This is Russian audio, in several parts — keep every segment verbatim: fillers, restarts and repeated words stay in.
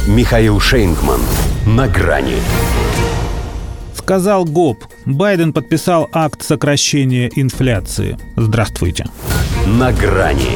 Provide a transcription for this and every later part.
Михаил Шейнгман. На грани. Сказал ГОП. Байден подписал акт сокращения инфляции. Здравствуйте. На грани.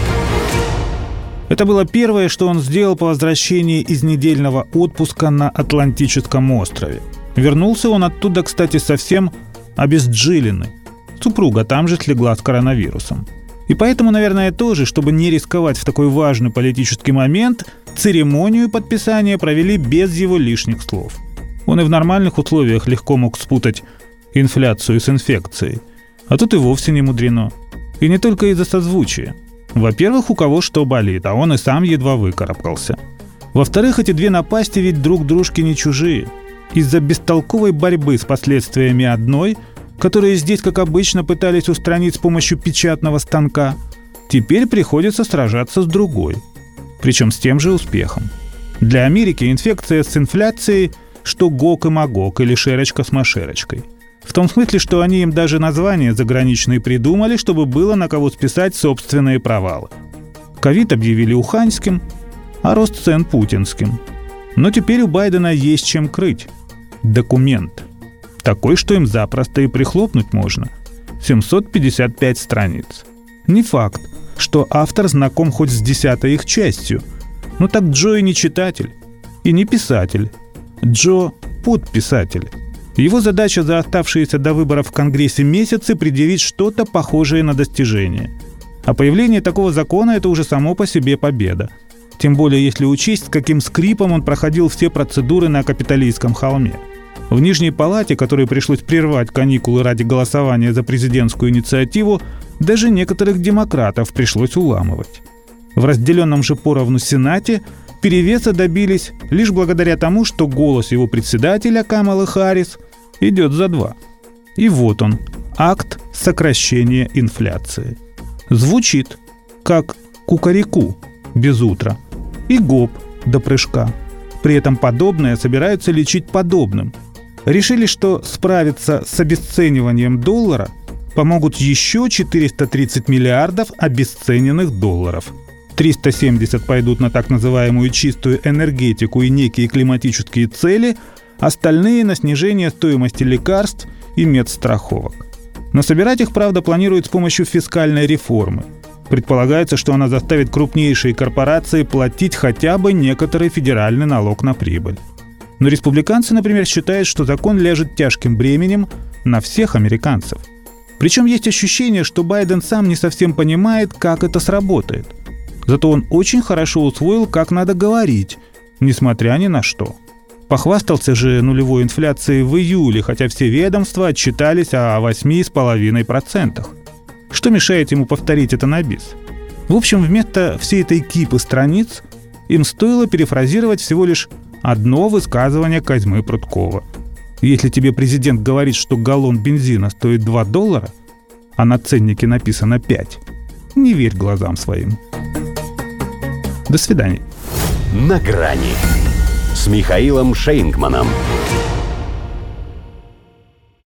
Это было первое, что он сделал по возвращении из недельного отпуска на Атлантическом острове. Вернулся он оттуда, кстати, совсем обезджиленный. Супруга там же слегла с коронавирусом. И поэтому, наверное, тоже, чтобы не рисковать в такой важный политический момент, церемонию подписания провели без его лишних слов. Он и в нормальных условиях легко мог спутать инфляцию с инфекцией. А тут и вовсе не мудрено. И не только из-за созвучия. Во-первых, у кого что болит, а он и сам едва выкарабкался. Во-вторых, эти две напасти ведь друг дружке не чужие. Из-за бестолковой борьбы с последствиями одной, которые здесь, как обычно, пытались устранить с помощью печатного станка, теперь приходится сражаться с другой. Причем с тем же успехом. Для Америки инфекция с инфляцией – что Гог и Магог или Шерочка с Машерочкой. В том смысле, что они им даже названия заграничные придумали, чтобы было на кого списать собственные провалы. Ковид объявили уханьским, а рост цен путинским. Но теперь у Байдена есть чем крыть. Документ. Такой, что им запросто и прихлопнуть можно. семьсот пятьдесят пять страниц. Не факт, что автор знаком хоть с десятой их частью. Но так Джо и не читатель, и не писатель. Джо – подписатель. Его задача за оставшиеся до выборов в Конгрессе месяцы предъявить что-то похожее на достижение. А появление такого закона – это уже само по себе победа. Тем более, если учесть, с каким скрипом он проходил все процедуры на Капитолийском холме. В Нижней палате, которой пришлось прервать каникулы ради голосования за президентскую инициативу, даже некоторых демократов пришлось уламывать. В разделенном же поровну Сенате перевеса добились лишь благодаря тому, что голос его председателя Камалы Харрис идет за два. И вот он, акт сокращения инфляции. Звучит как кукареку без утра и гоп до прыжка. При этом подобное собираются лечить подобным. Решили, что справиться с обесцениванием доллара помогут еще четыреста тридцать миллиардов обесцененных долларов. триста семьдесят пойдут на так называемую чистую энергетику и некие климатические цели, остальные на снижение стоимости лекарств и медстраховок. Но собирать их, правда, планируют с помощью фискальной реформы. Предполагается, что она заставит крупнейшие корпорации платить хотя бы некоторый федеральный налог на прибыль. Но республиканцы, например, считают, что закон ляжет тяжким бременем на всех американцев. Причем есть ощущение, что Байден сам не совсем понимает, как это сработает. Зато он очень хорошо усвоил, как надо говорить, несмотря ни на что. Похвастался же нулевой инфляцией в июле, хотя все ведомства отчитались о восемь целых пять десятых процента. Что мешает ему повторить это на бис? В общем, вместо всей этой кипы страниц им стоило перефразировать всего лишь одно высказывание Козьмы Пруткова. Если тебе президент говорит, что галлон бензина стоит два доллара, а на ценнике написано пять, не верь глазам своим. До свидания. На грани с Михаилом Шейнгманом.